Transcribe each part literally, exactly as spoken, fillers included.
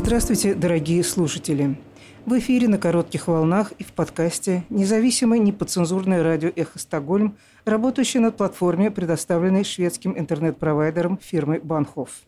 Здравствуйте, дорогие слушатели! В эфире на коротких волнах и в подкасте независимое неподцензурное радио «Эхо Стокгольм», работающее над платформой, предоставленной шведским интернет-провайдером фирмы Банхоф.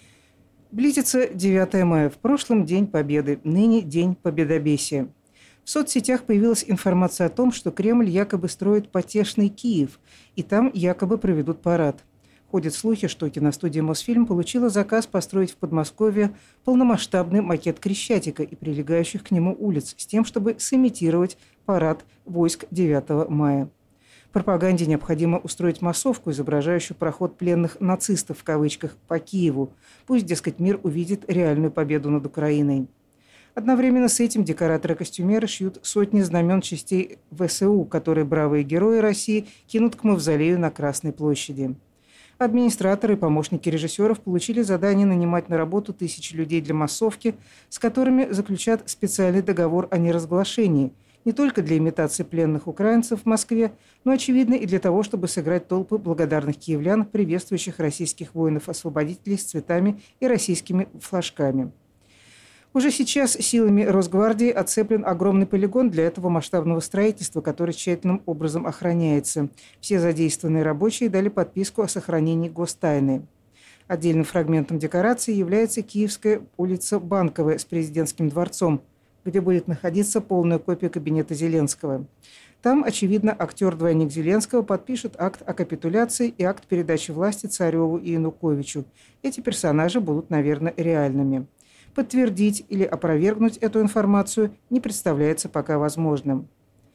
Близится девятое мая, в прошлом День Победы, ныне День Победобесия. В соцсетях появилась информация о том, что Кремль якобы строит потешный Киев, и там якобы проведут парад. Ходят слухи, что киностудия «Мосфильм» получила заказ построить в Подмосковье полномасштабный макет Крещатика и прилегающих к нему улиц с тем, чтобы сымитировать парад войск девятого мая. Пропаганде необходимо устроить массовку, изображающую проход пленных «нацистов» в кавычках по Киеву. Пусть, дескать, мир увидит реальную победу над Украиной. Одновременно с этим декораторы-костюмеры шьют сотни знамен частей ВСУ, которые бравые герои России кинут к мавзолею на Красной площади. Администраторы и помощники режиссеров получили задание нанимать на работу тысячи людей для массовки, с которыми заключат специальный договор о неразглашении, не только для имитации пленных украинцев в Москве, но, очевидно, и для того, чтобы сыграть толпы благодарных киевлян, приветствующих российских воинов-освободителей с цветами и российскими флажками. Уже сейчас силами Росгвардии оцеплен огромный полигон для этого масштабного строительства, который тщательным образом охраняется. Все задействованные рабочие дали подписку о сохранении гостайны. Отдельным фрагментом декорации является Киевская улица Банковая с президентским дворцом, где будет находиться полная копия кабинета Зеленского. Там, очевидно, актер-двойник Зеленского подпишет акт о капитуляции и акт передачи власти Цареву и Януковичу. Эти персонажи будут, наверное, реальными. Подтвердить или опровергнуть эту информацию не представляется пока возможным.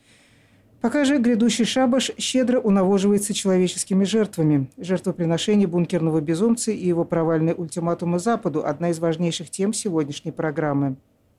Пока же грядущий шабаш щедро унавоживается человеческими жертвами. Жертвоприношение бункерного безумца и его провальные ультиматумы Западу – одна из важнейших тем сегодняшней программы.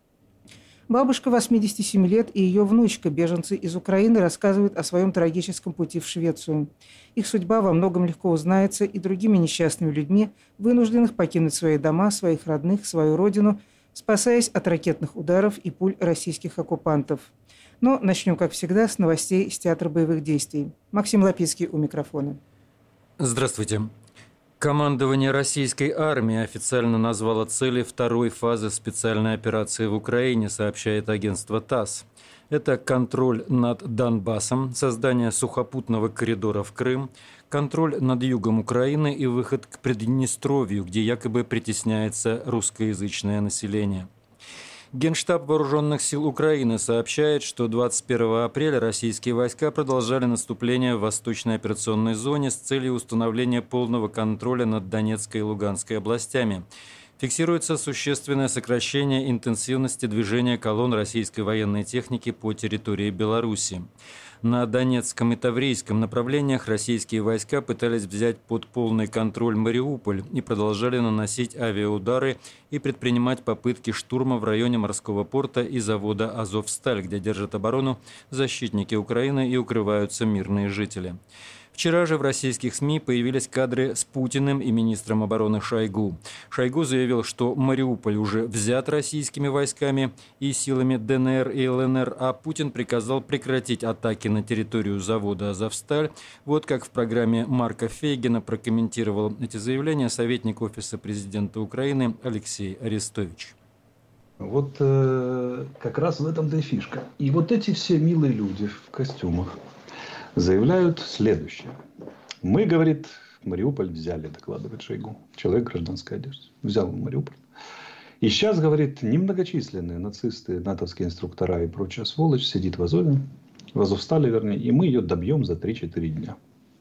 Бабушка восьмидесяти семи лет и ее внучка, беженцы из Украины, рассказывают о своем трагическом пути в Швецию. Их судьба во многом легко узнается и другими несчастными людьми, вынужденных покинуть свои дома, своих родных, свою родину, спасаясь от ракетных ударов и пуль российских оккупантов. Но начнем, как всегда, с новостей с театра боевых действий. Максим Лапицкий у микрофона. Здравствуйте. Командование российской армии официально назвало цели второй фазы специальной операции в Украине, сообщает агентство ТАСС. Это контроль над Донбассом, создание сухопутного коридора в Крым, контроль над югом Украины и выход к Приднестровью, где якобы притесняется русскоязычное население. Генштаб Вооруженных сил Украины сообщает, что двадцать первого апреля российские войска продолжали наступление в восточной операционной зоне с целью установления полного контроля над Донецкой и Луганской областями. Фиксируется существенное сокращение интенсивности движения колонн российской военной техники по территории Беларуси. На Донецком и Таврийском направлениях российские войска пытались взять под полный контроль Мариуполь и продолжали наносить авиаудары и предпринимать попытки штурма в районе морского порта и завода «Азовсталь», где держат оборону защитники Украины и укрываются мирные жители. Вчера же в российских СМИ появились кадры с Путиным и министром обороны Шойгу. Шойгу заявил, что Мариуполь уже взят российскими войсками и силами ДНР и ЛНР, а Путин приказал прекратить атаки на территорию завода «Азовсталь». Вот как в программе Марка Фейгина прокомментировал эти заявления советник Офиса президента Украины Алексей Арестович. Вот э, как раз в этом-то и фишка. И вот эти все милые люди в костюмах заявляют следующее. Мы, говорит, Мариуполь взяли, докладывает Шойгу. Человек в гражданской одежде. Взял Мариуполь. И сейчас, говорит, немногочисленные нацисты, натовские инструктора и прочая сволочь сидит в Азове, в Азовстале, вернее, и мы ее добьем за три-четыре дня.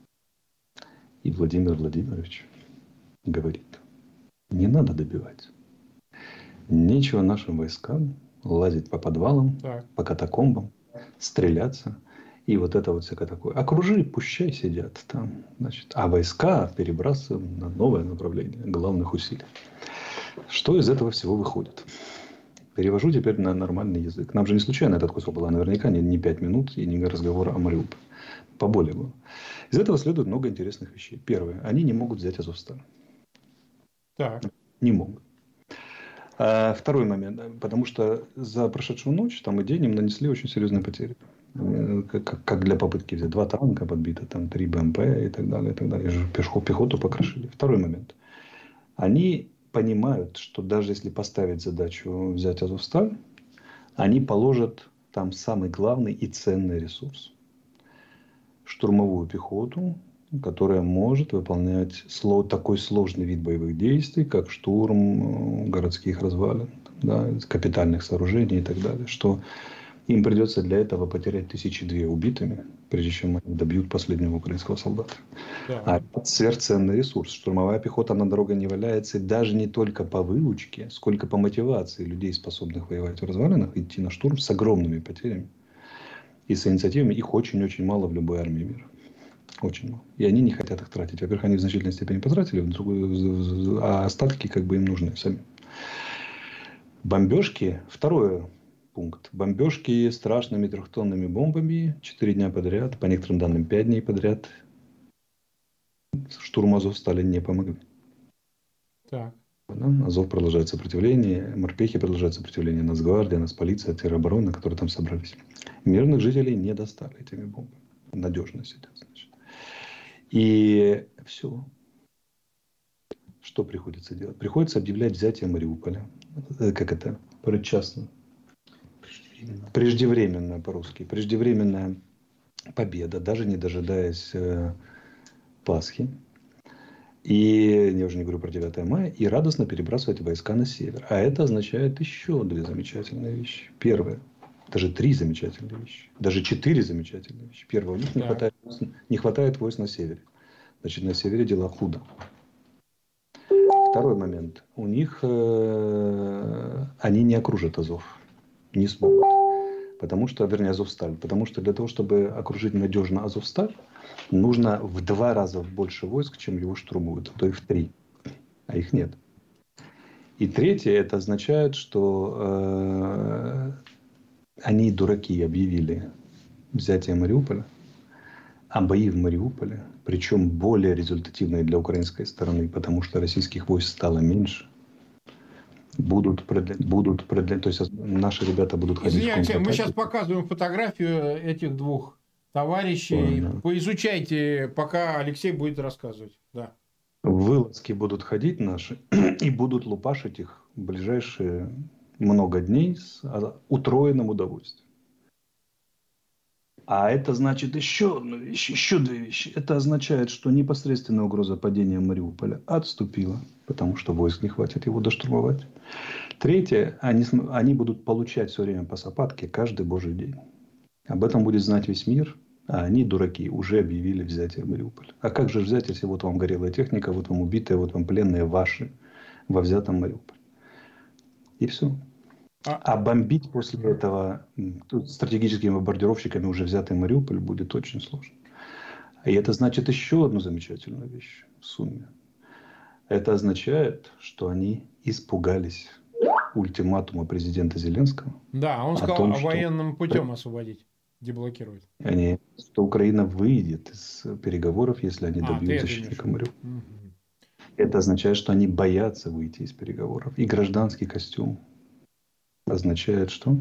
И Владимир Владимирович говорит, не надо добивать. Нечего нашим войскам лазить по подвалам, так. по катакомбам, стреляться. И вот это вот всякое такое. Окружи, пущай сидят там. Значит, а войска перебрасываем на новое направление главных усилий. Что из этого всего выходит? Перевожу теперь на нормальный язык. Нам же не случайно этот кусок был, наверняка не, не пять минут и не разговор о Мариуполе. Поболее было. Из этого следует много интересных вещей. Первое. Они не могут взять Азовсталь. Так. Не могут. А второй момент. Потому что за прошедшую ночь там и день им нанесли очень серьезные потери. Как, как для попытки взять. Два танка подбито, там три БМП и так далее. И так далее. Пешку, пехоту покрошили. Второй момент. Они понимают, что даже если поставить задачу взять Азовсталь, они положат там самый главный и ценный ресурс. Штурмовую пехоту, которая может выполнять такой сложный вид боевых действий, как штурм городских развалин, да, капитальных сооружений и так далее, что им придется для этого потерять тысячи две убитыми, прежде чем они добьют последнего украинского солдата. Да. А это сверхценный ресурс. Штурмовая пехота на дороге не валяется даже не только по выучке, сколько по мотивации людей, способных воевать в развалинах, идти на штурм с огромными потерями. И с инициативами их очень-очень мало в любой армии мира. Очень мало. И они не хотят их тратить. Во-первых, они в значительной степени потратили, а остатки как бы им нужны сами. Бомбежки. Второе. Пункт. Бомбежки страшными трехтонными бомбами четыре дня подряд, по некоторым данным пять дней подряд, штурму Азовстали не помогли. Так. Азов продолжает сопротивление, морпехи продолжают сопротивление, Нацгвардия, Нацполиция, тероборона, которые там собрались. Мирных жителей не достали этими бомбами. Надежно сидят, значит. И все. Что приходится делать? Приходится объявлять взятие Мариуполя. Как это? Предчастно. Преждевременно. Преждевременно по-русски. Преждевременная победа, даже не дожидаясь э, Пасхи. И я уже не говорю про девятое мая. И радостно перебрасывать войска на север. А это означает еще две замечательные вещи. Первое. Даже три замечательные вещи. Даже четыре замечательные вещи. Первое. У них не, хватает, не хватает войск на севере. Значит, на севере дела худо. Второй момент. У них э, они не окружат Азов. Не смогут. Потому что, вернее, Азовсталь. Потому что для того, чтобы окружить надежно Азовсталь, нужно в два раза больше войск, чем его штурмуют. А то и в три. А их нет. И третье. Это означает, что э, они, дураки, объявили взятие Мариуполя. А бои в Мариуполе, причем более результативные для украинской стороны, потому что российских войск стало меньше, будут продлять, будут продлять, то есть наши ребята будут ходить Извините, в контратаке. Мы сейчас показываем фотографию этих двух товарищей. Ой, да. Поизучайте, пока Алексей будет рассказывать. Да. Вылазки будут ходить наши и будут лупашить их в ближайшие много дней с утроенным удовольствием. А это значит еще одну вещь, еще две вещи. Это означает, что непосредственная угроза падения Мариуполя отступила, потому что войск не хватит его доштурмовать. Третье, они, они будут получать все время по сапатке каждый божий день. Об этом будет знать весь мир, а они, дураки, уже объявили взятие Мариуполя. А как же взять, если вот вам горелая техника, вот вам убитые, вот вам пленные ваши во взятом Мариуполе? И все. А бомбить после этого стратегическими бомбардировщиками уже взятый Мариуполь будет очень сложно. И это значит еще одну замечательную вещь в сумме. Это означает, что они испугались ультиматума президента Зеленского. Да, он сказал о, том, о военным путем что... освободить, деблокировать. Они, что Украина выйдет из переговоров, если они а, добьют защитника Мариуполя. Угу. Это означает, что они боятся выйти из переговоров. И гражданский костюм означает что?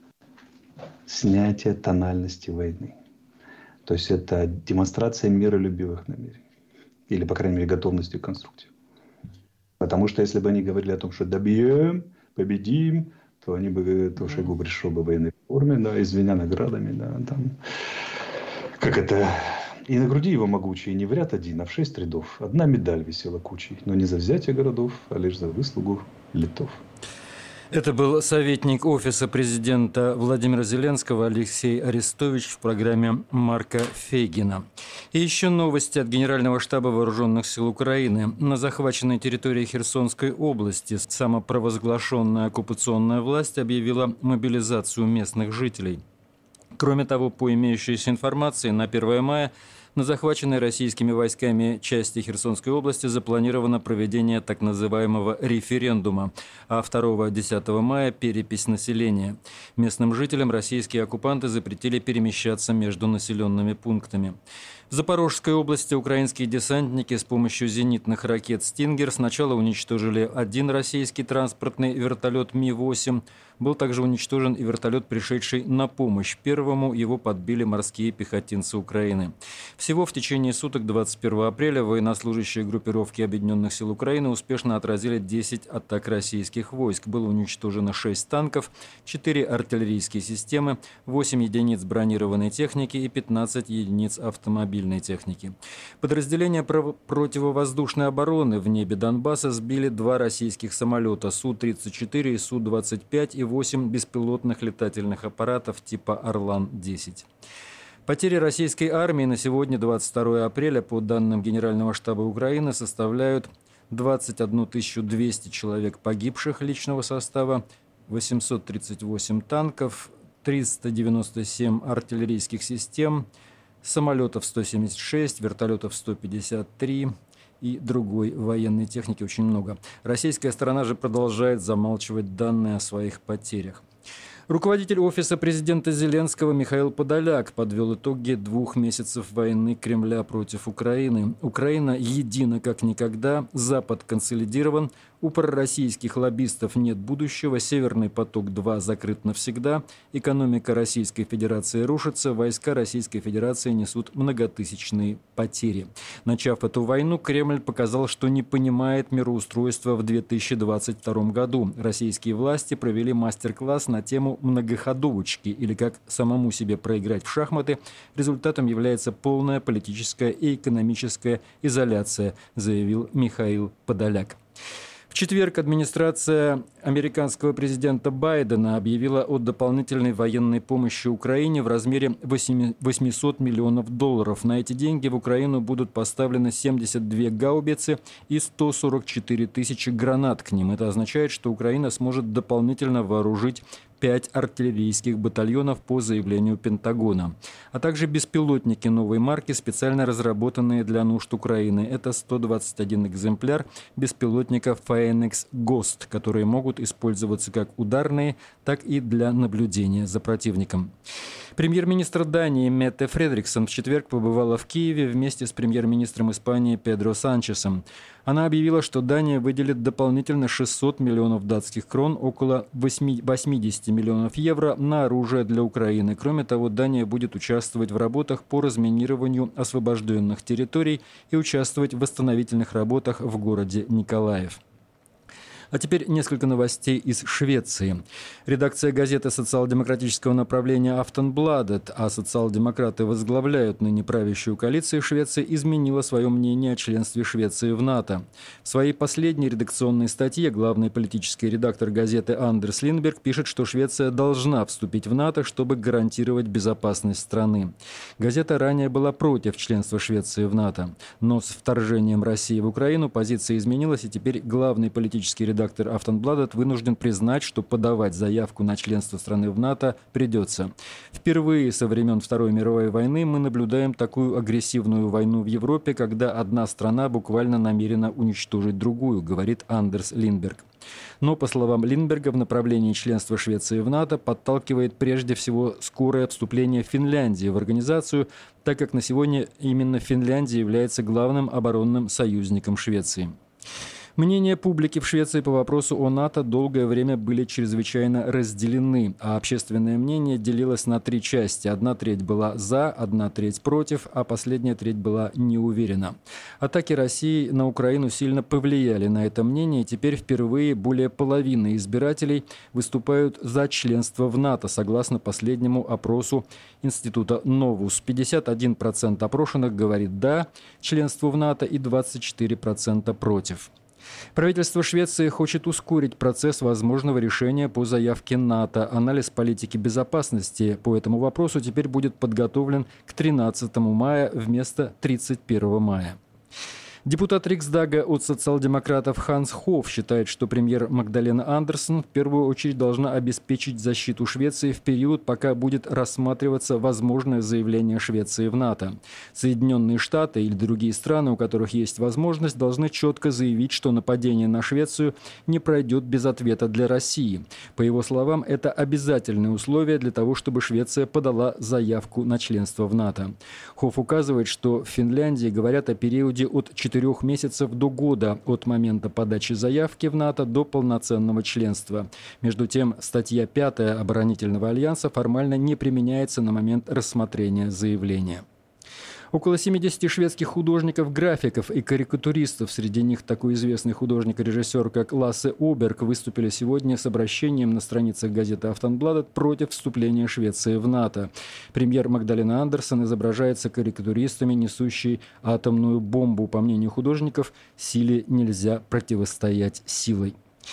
Снятие тональности войны. То есть это демонстрация миролюбивых намерений. Или, по крайней мере, готовности к конструктиву. Потому что если бы они говорили о том, что добьем, победим, то они бы, то Шойгу пришел бы в военной форме, да, извиня наградами, да, там. Как это? И на груди его могучей не в ряд один, а в шесть рядов. Одна медаль висела кучей, но не за взятие городов, а лишь за выслугу литов. Это был советник Офиса президента Владимира Зеленского Алексей Арестович в программе Марка Фейгина. И еще новости от Генерального штаба Вооруженных сил Украины. На захваченной территории Херсонской области самопровозглашенная оккупационная власть объявила мобилизацию местных жителей. Кроме того, по имеющейся информации, на первое мая на захваченной российскими войсками части Херсонской области запланировано проведение так называемого референдума, а второго-десятого мая – перепись населения. Местным жителям российские оккупанты запретили перемещаться между населенными пунктами. В Запорожской области украинские десантники с помощью зенитных ракет «Стингер» сначала уничтожили один российский транспортный вертолет Ми восемь. Был также уничтожен и вертолет, пришедший на помощь первому. Его подбили морские пехотинцы Украины. Всего в течение суток двадцать первого апреля военнослужащие группировки Объединенных сил Украины успешно отразили десять атак российских войск. Было уничтожено шесть танков, четыре артиллерийские системы, восемь единиц бронированной техники и пятнадцать единиц автомобильной техники. Подразделения противовоздушной обороны в небе Донбасса сбили два российских самолета Су тридцать четыре и Су двадцать пять и восемь беспилотных летательных аппаратов типа Орлан десять. Потери российской армии на сегодня, двадцать второго апреля, по данным Генерального штаба Украины, составляют двадцать одну тысячу двести человек погибших личного состава, восемьсот тридцать восемь танков, триста девяносто семь артиллерийских систем, самолетов сто семьдесят шесть, вертолетов сто пятьдесят три и другой военной техники очень много. Российская сторона же продолжает замалчивать данные о своих потерях. Руководитель офиса президента Зеленского Михаил Подоляк подвел итоги двух месяцев войны Кремля против Украины. Украина едина как никогда, Запад консолидирован, у пророссийских лоббистов нет будущего, Северный поток-два закрыт навсегда, экономика Российской Федерации рушится, войска Российской Федерации несут многотысячные потери. Начав эту войну, Кремль показал, что не понимает мироустройства в две тысячи двадцать втором году. Российские власти провели мастер-класс на тему многоходовочки, или как самому себе проиграть в шахматы. Результатом является полная политическая и экономическая изоляция, заявил Михаил Подоляк. В четверг администрация американского президента Байдена объявила о дополнительной военной помощи Украине в размере восемьсот миллионов долларов. На эти деньги в Украину будут поставлены семьдесят две гаубицы и сто сорок четыре тысячи гранат к ним. Это означает, что Украина сможет дополнительно вооружить пять артиллерийских батальонов по заявлению Пентагона, а также беспилотники новой марки, специально разработанные для нужд Украины. Это сто двадцать один экземпляр беспилотников Phoenix Ghost, которые могут использоваться как ударные, так и для наблюдения за противником. Премьер-министр Дании Метте Фредриксон в четверг побывала в Киеве вместе с премьер-министром Испании Педро Санчесом. Она объявила, что Дания выделит дополнительно шестьсот миллионов датских крон, около восемьдесят миллионов евро, на оружие для Украины. Кроме того, Дания будет участвовать в работах по разминированию освобожденных территорий и участвовать в восстановительных работах в городе Николаев. А теперь несколько новостей из Швеции. Редакция газеты социал-демократического направления «Афтонбладет», а социал-демократы возглавляют ныне правящую коалицию Швеции, изменила свое мнение о членстве Швеции в НАТО. В своей последней редакционной статье главный политический редактор газеты Андерс Линдберг пишет, что Швеция должна вступить в НАТО, чтобы гарантировать безопасность страны. Газета ранее была против членства Швеции в НАТО, но с вторжением России в Украину позиция изменилась, и теперь главный политический редактор Редактор «Афтонбладет» вынужден признать, что подавать заявку на членство страны в НАТО придется. Впервые со времен Второй мировой войны мы наблюдаем такую агрессивную войну в Европе, когда одна страна буквально намерена уничтожить другую, говорит Андерс Линдберг. Но, по словам Линдберга, в направлении членства Швеции в НАТО подталкивает прежде всего скорое вступление Финляндии в организацию, так как на сегодня именно Финляндия является главным оборонным союзником Швеции. Мнения публики в Швеции по вопросу о НАТО долгое время были чрезвычайно разделены, а общественное мнение делилось на три части. Одна треть была «за», одна треть «против», а последняя треть была не уверена. Атаки России на Украину сильно повлияли на это мнение, и теперь впервые более половины избирателей выступают за членство в НАТО, согласно последнему опросу Института Новус. пятьдесят один процент опрошенных говорит «да» членству в НАТО и двадцать четыре процента «против». Правительство Швеции хочет ускорить процесс возможного решения по заявке НАТО. Анализ политики безопасности по этому вопросу теперь будет подготовлен к тринадцатому мая вместо тридцать первого мая. Депутат Риксдага от социал-демократов Ханс Хофф считает, что премьер Магдалена Андерсон в первую очередь должна обеспечить защиту Швеции в период, пока будет рассматриваться возможное заявление Швеции в НАТО. Соединенные Штаты или другие страны, у которых есть возможность, должны четко заявить, что нападение на Швецию не пройдет без ответа для России. По его словам, это обязательное условие для того, чтобы Швеция подала заявку на членство в НАТО. Хофф указывает, что в Финляндии говорят о периоде от четырех месяцев до года от момента подачи заявки в НАТО до полноценного членства. Между тем, статья пятая оборонительного альянса формально не применяется на момент рассмотрения заявления. Около семидесяти шведских художников, графиков и карикатуристов, среди них такой известный художник и режиссер, как Лассе Оберг, выступили сегодня с обращением на страницах газеты «Афтонбладет» против вступления Швеции в НАТО. Премьер Магдалена Андерсон изображается карикатуристами, несущей атомную бомбу. По мнению художников, силе нельзя противостоять силой.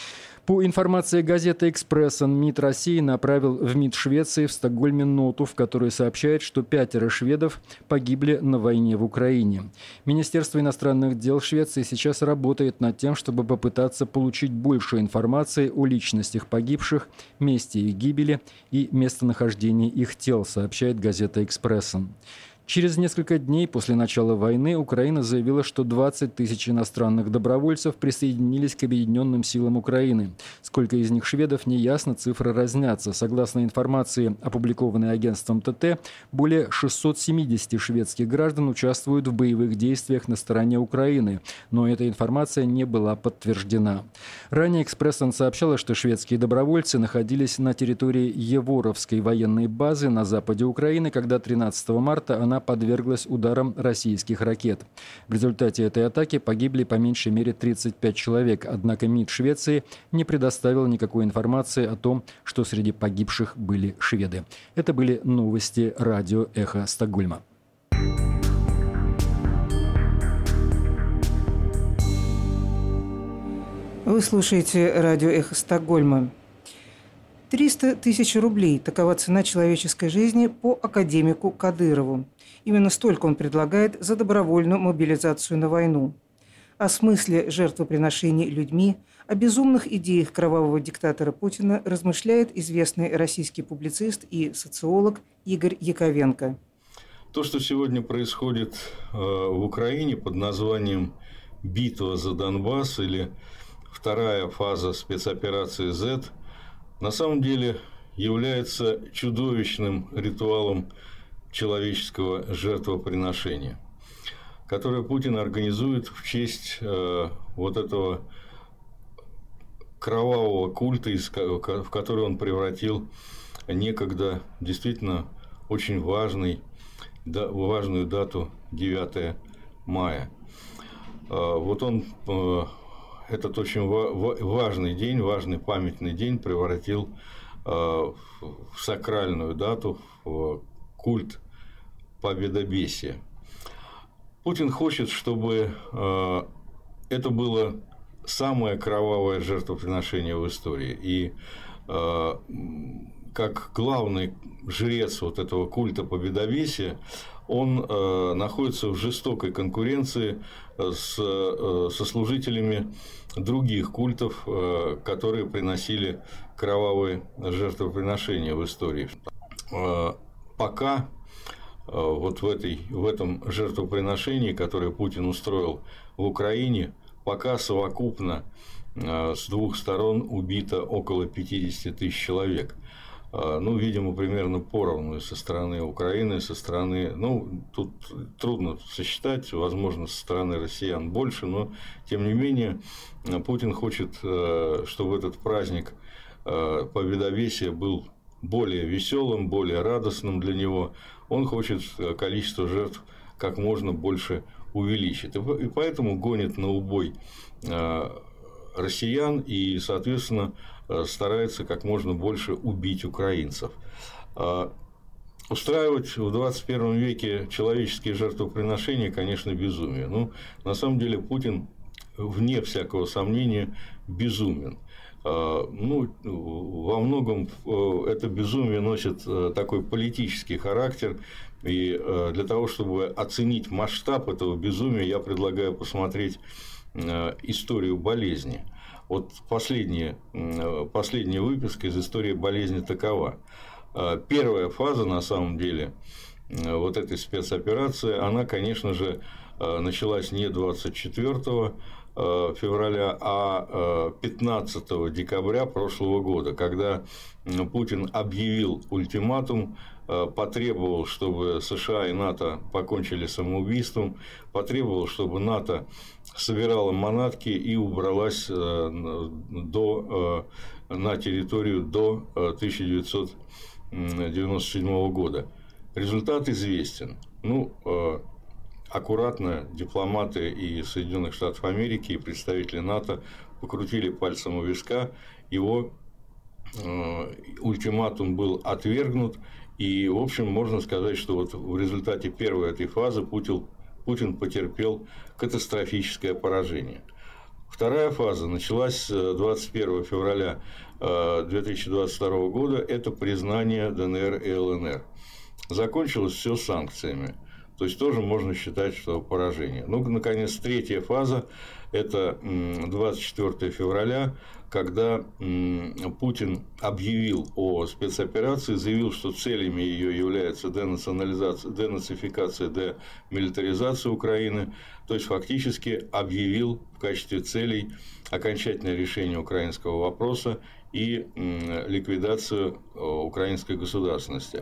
По информации газеты «Экспрессен», МИД России направил в МИД Швеции в Стокгольме ноту, в которой сообщает, что пятеро шведов погибли на войне в Украине. Министерство иностранных дел Швеции сейчас работает над тем, чтобы попытаться получить больше информации о личностях погибших, месте их гибели и местонахождении их тел, сообщает газета «Экспрессен». Через несколько дней после начала войны Украина заявила, что двадцать тысяч иностранных добровольцев присоединились к объединенным силам Украины. Сколько из них шведов, неясно, цифры разнятся. Согласно информации, опубликованной агентством ТТ, более шестисот семидесяти шведских граждан участвуют в боевых действиях на стороне Украины, но эта информация не была подтверждена. Ранее «Экспрессен» сообщала, что шведские добровольцы находились на территории Еворовской военной базы на западе Украины, когда тринадцатого марта она подверглась ударам российских ракет. В результате этой атаки погибли по меньшей мере тридцать пять человек, однако МИД Швеции не предоставил никакой информации о том, что среди погибших были шведы. Это были новости радио «Эхо Стокгольма». Вы слушаете радио «Эхо Стокгольма». триста тысяч рублей – такова цена человеческой жизни по академику Кадырову. Именно столько он предлагает за добровольную мобилизацию на войну. О смысле жертвоприношений людьми, о безумных идеях кровавого диктатора Путина размышляет известный российский публицист и социолог Игорь Яковенко. То, что сегодня происходит в Украине под названием «Битва за Донбасс» или вторая фаза спецоперации «З», на самом деле является чудовищным ритуалом человеческого жертвоприношения, которое Путин организует в честь э, вот этого кровавого культа, в который он превратил некогда действительно очень важный, да, важную дату девятое мая. Э, вот он э, этот очень важный день, важный памятный день превратил в сакральную дату, в культ победобесия. Путин хочет, чтобы это было самое кровавое жертвоприношение в истории. И как главный жрец вот этого культа победовесия, он э, находится в жестокой конкуренции с э, сослужителями других культов, э, которые приносили кровавые жертвоприношения в истории. Э, пока э, вот в, этой, в этом жертвоприношении, которое Путин устроил в Украине, пока совокупно э, с двух сторон убито около пятидесяти тысяч человек. Ну, видимо, примерно поровну со стороны Украины, со стороны, ну, тут трудно сосчитать, возможно, со стороны россиян больше, но, тем не менее, Путин хочет, чтобы этот праздник победовесия был более веселым, более радостным для него. Он хочет количество жертв как можно больше увеличить. И поэтому гонит на убой россиян и, соответственно, старается как можно больше убить украинцев. Устраивать в двадцать первом веке человеческие жертвоприношения, конечно, безумие. Но на самом деле Путин, вне всякого сомнения, безумен. Ну, во многом это безумие носит такой политический характер. И для того, чтобы оценить масштаб этого безумия, я предлагаю посмотреть историю болезни. Вот последняя, последняя выписка из истории болезни такова. Первая фаза, на самом деле, вот этой спецоперации, она, конечно же, началась не двадцать четвёртого февраля, а пятнадцатого декабря прошлого года, когда Путин объявил ультиматум, потребовал, чтобы США и НАТО покончили самоубийством, потребовал, чтобы НАТО собирала манатки и убралась до, на территорию до тысяча девятьсот девяносто седьмого года. Результат известен. Ну, аккуратно дипломаты и Соединенных Штатов Америки, и представители НАТО покрутили пальцем у виска, его ультиматум был отвергнут, и, в общем, можно сказать, что вот в результате первой этой фазы Путин, Путин потерпел катастрофическое поражение. Вторая фаза началась двадцать первого февраля две тысячи двадцать второго года, это признание ДНР и ЛНР. Закончилось все санкциями. То есть, тоже можно считать, что поражение. Ну, наконец, третья фаза – это двадцать четвёртого февраля, когда Путин объявил о спецоперации, заявил, что целями ее является денационализация, денацификация, демилитаризация Украины. То есть, фактически объявил в качестве целей окончательное решение украинского вопроса и ликвидацию украинской государственности.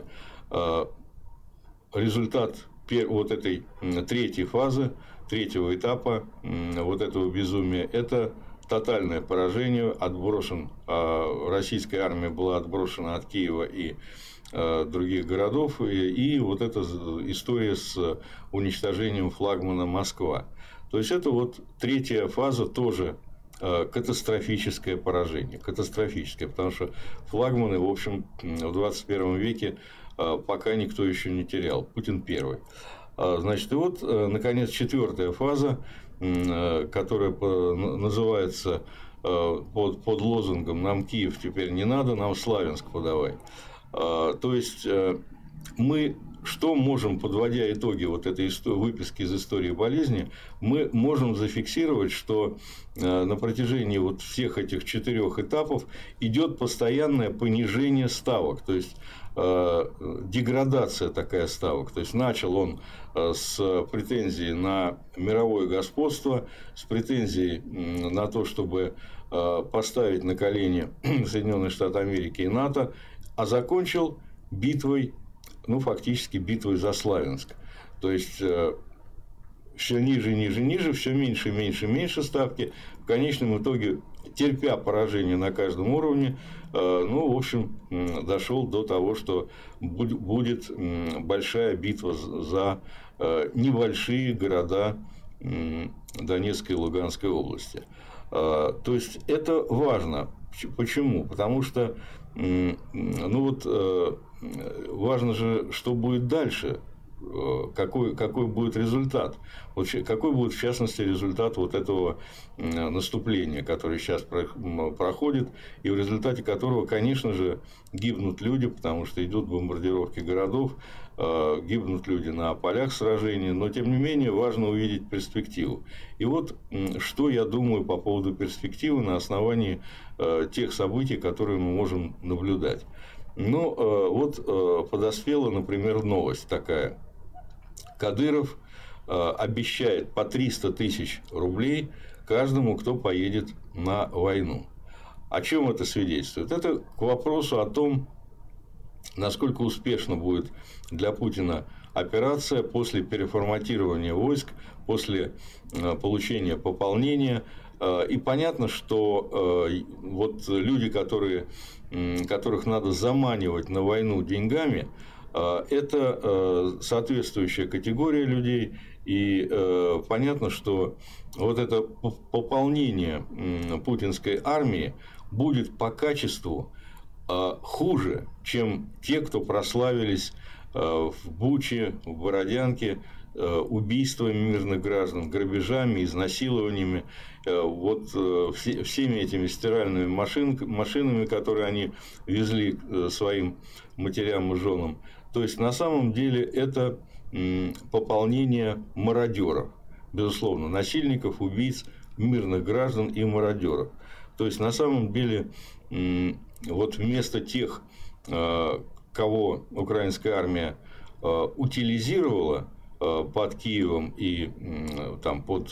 Результат вот этой третьей фазы, третьего этапа вот этого безумия – это тотальное поражение. Отброшен, российская армия была отброшена от Киева и других городов, и, и вот эта история с уничтожением флагмана «Москва». То есть, это вот третья фаза, тоже катастрофическое поражение. Катастрофическое, потому что флагманы, в общем, в двадцать первом веке пока никто еще не терял. Путин первый. Значит, и вот, наконец, четвертая фаза, которая называется под, под лозунгом «Нам Киев теперь не надо, нам Славянск подавай». То есть, мы что можем, подводя итоги вот этой выписки из истории болезни, мы можем зафиксировать, что на протяжении вот всех этих четырех этапов идет постоянное понижение ставок, то есть деградация такая ставок. То есть, начал он с претензий на мировое господство, с претензий на то, чтобы поставить на колени Соединенные Штаты Америки и НАТО, а закончил битвой, ну, фактически битвой за Славянск. То есть, все ниже, ниже, ниже, все меньше, меньше, меньше ставки. В конечном итоге, терпя поражение на каждом уровне, ну, в общем, дошел до того, что будет большая битва за небольшие города Донецкой и Луганской области. То есть, это важно. Почему? Потому что, ну, вот, важно же, что будет дальше. Какой, какой будет результат, вот, какой будет, в частности, результат вот этого наступления, которое сейчас проходит, и в результате которого, конечно же, гибнут люди, потому что идут бомбардировки городов, гибнут люди на полях сражений, но, тем не менее, важно увидеть перспективу. И вот, что я думаю по поводу перспективы на основании тех событий, которые мы можем наблюдать. Ну, вот подоспела, например, новость такая. Кадыров обещает по триста тысяч рублей каждому, кто поедет на войну. О чем это свидетельствует? Это к вопросу о том, насколько успешно будет для Путина операция после переформатирования войск, после получения пополнения. И понятно, что вот люди, которые, которых надо заманивать на войну деньгами, это соответствующая категория людей, и понятно, что вот это пополнение путинской армии будет по качеству хуже, чем те, кто прославились в Буче, в Бородянке убийствами мирных граждан, грабежами, изнасилованиями, вот всеми этими стиральными машин, машинами, которые они везли своим матерям и женам. То есть, на самом деле, это пополнение мародеров. Безусловно, насильников, убийц, мирных граждан и мародеров. То есть, на самом деле, вот вместо тех, кого украинская армия утилизировала под Киевом и там, под,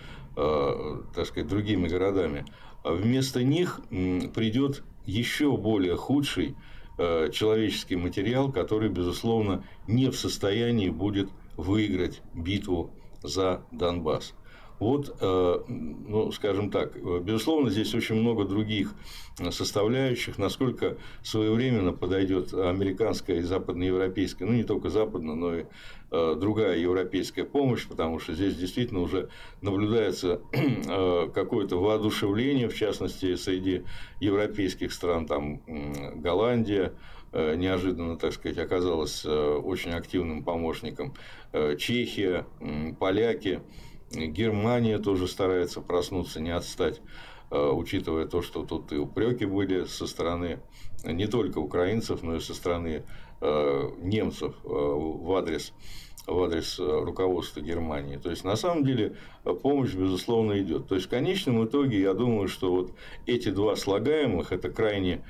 так сказать, другими городами, вместо них придет еще более худший человеческий материал, который, безусловно, не в состоянии будет выиграть битву за Донбасс. Вот, ну, скажем так, безусловно, здесь очень много других составляющих, насколько своевременно подойдет американская и западноевропейская, ну, не только западная, но и другая европейская помощь, потому что здесь действительно уже наблюдается какое-то воодушевление, в частности, среди европейских стран, там, Голландия, неожиданно, так сказать, оказалась очень активным помощником, Чехия, поляки, Германия тоже старается проснуться, не отстать, учитывая то, что тут и упреки были со стороны не только украинцев, но и со стороны немцев в адрес, в адрес руководства Германии. То есть, на самом деле, помощь, безусловно, идет. То есть, в конечном итоге, я думаю, что вот эти два слагаемых – это крайне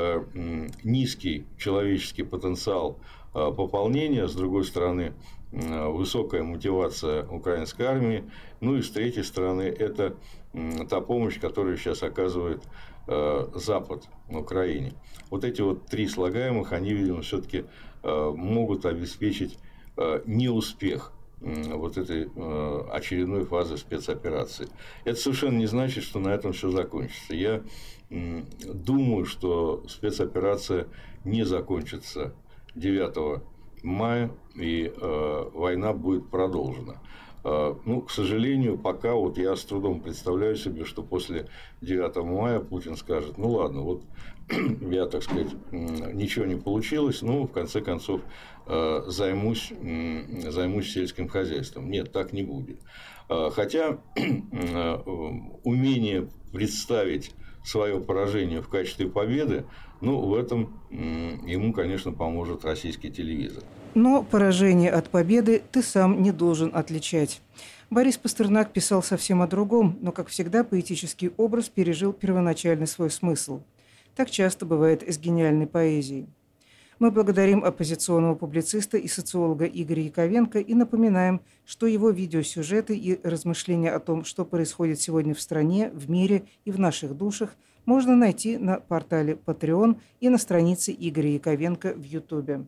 низкий человеческий потенциал пополнения, с другой стороны, высокая мотивация украинской армии, ну и с третьей стороны, это та помощь, которую сейчас оказывает Запад на Украине. Вот эти вот три слагаемых, они, видимо, все-таки могут обеспечить неуспех вот этой очередной фазы спецоперации. Это совершенно не значит, что на этом все закончится. Я думаю, что спецоперация не закончится девятого мая, и э, война будет продолжена. Э, ну, к сожалению, пока вот я с трудом представляю себе, что после девятого мая Путин скажет: ну ладно, вот я, так сказать, ничего не получилось, ну, в конце концов, э, займусь, э, займусь сельским хозяйством. Нет, так не будет. Э, хотя э, умение представить свое поражение в качестве победы, ну, в этом ему, конечно, поможет российский телевизор. Но поражение от победы ты сам не должен отличать. Борис Пастернак писал совсем о другом, но, как всегда, поэтический образ пережил первоначальный свой смысл. Так часто бывает с гениальной поэзией. Мы благодарим оппозиционного публициста и социолога Игоря Яковенко и напоминаем, что его видеосюжеты и размышления о том, что происходит сегодня в стране, в мире и в наших душах, можно найти на портале Patreon и на странице Игоря Яковенко в Ютубе.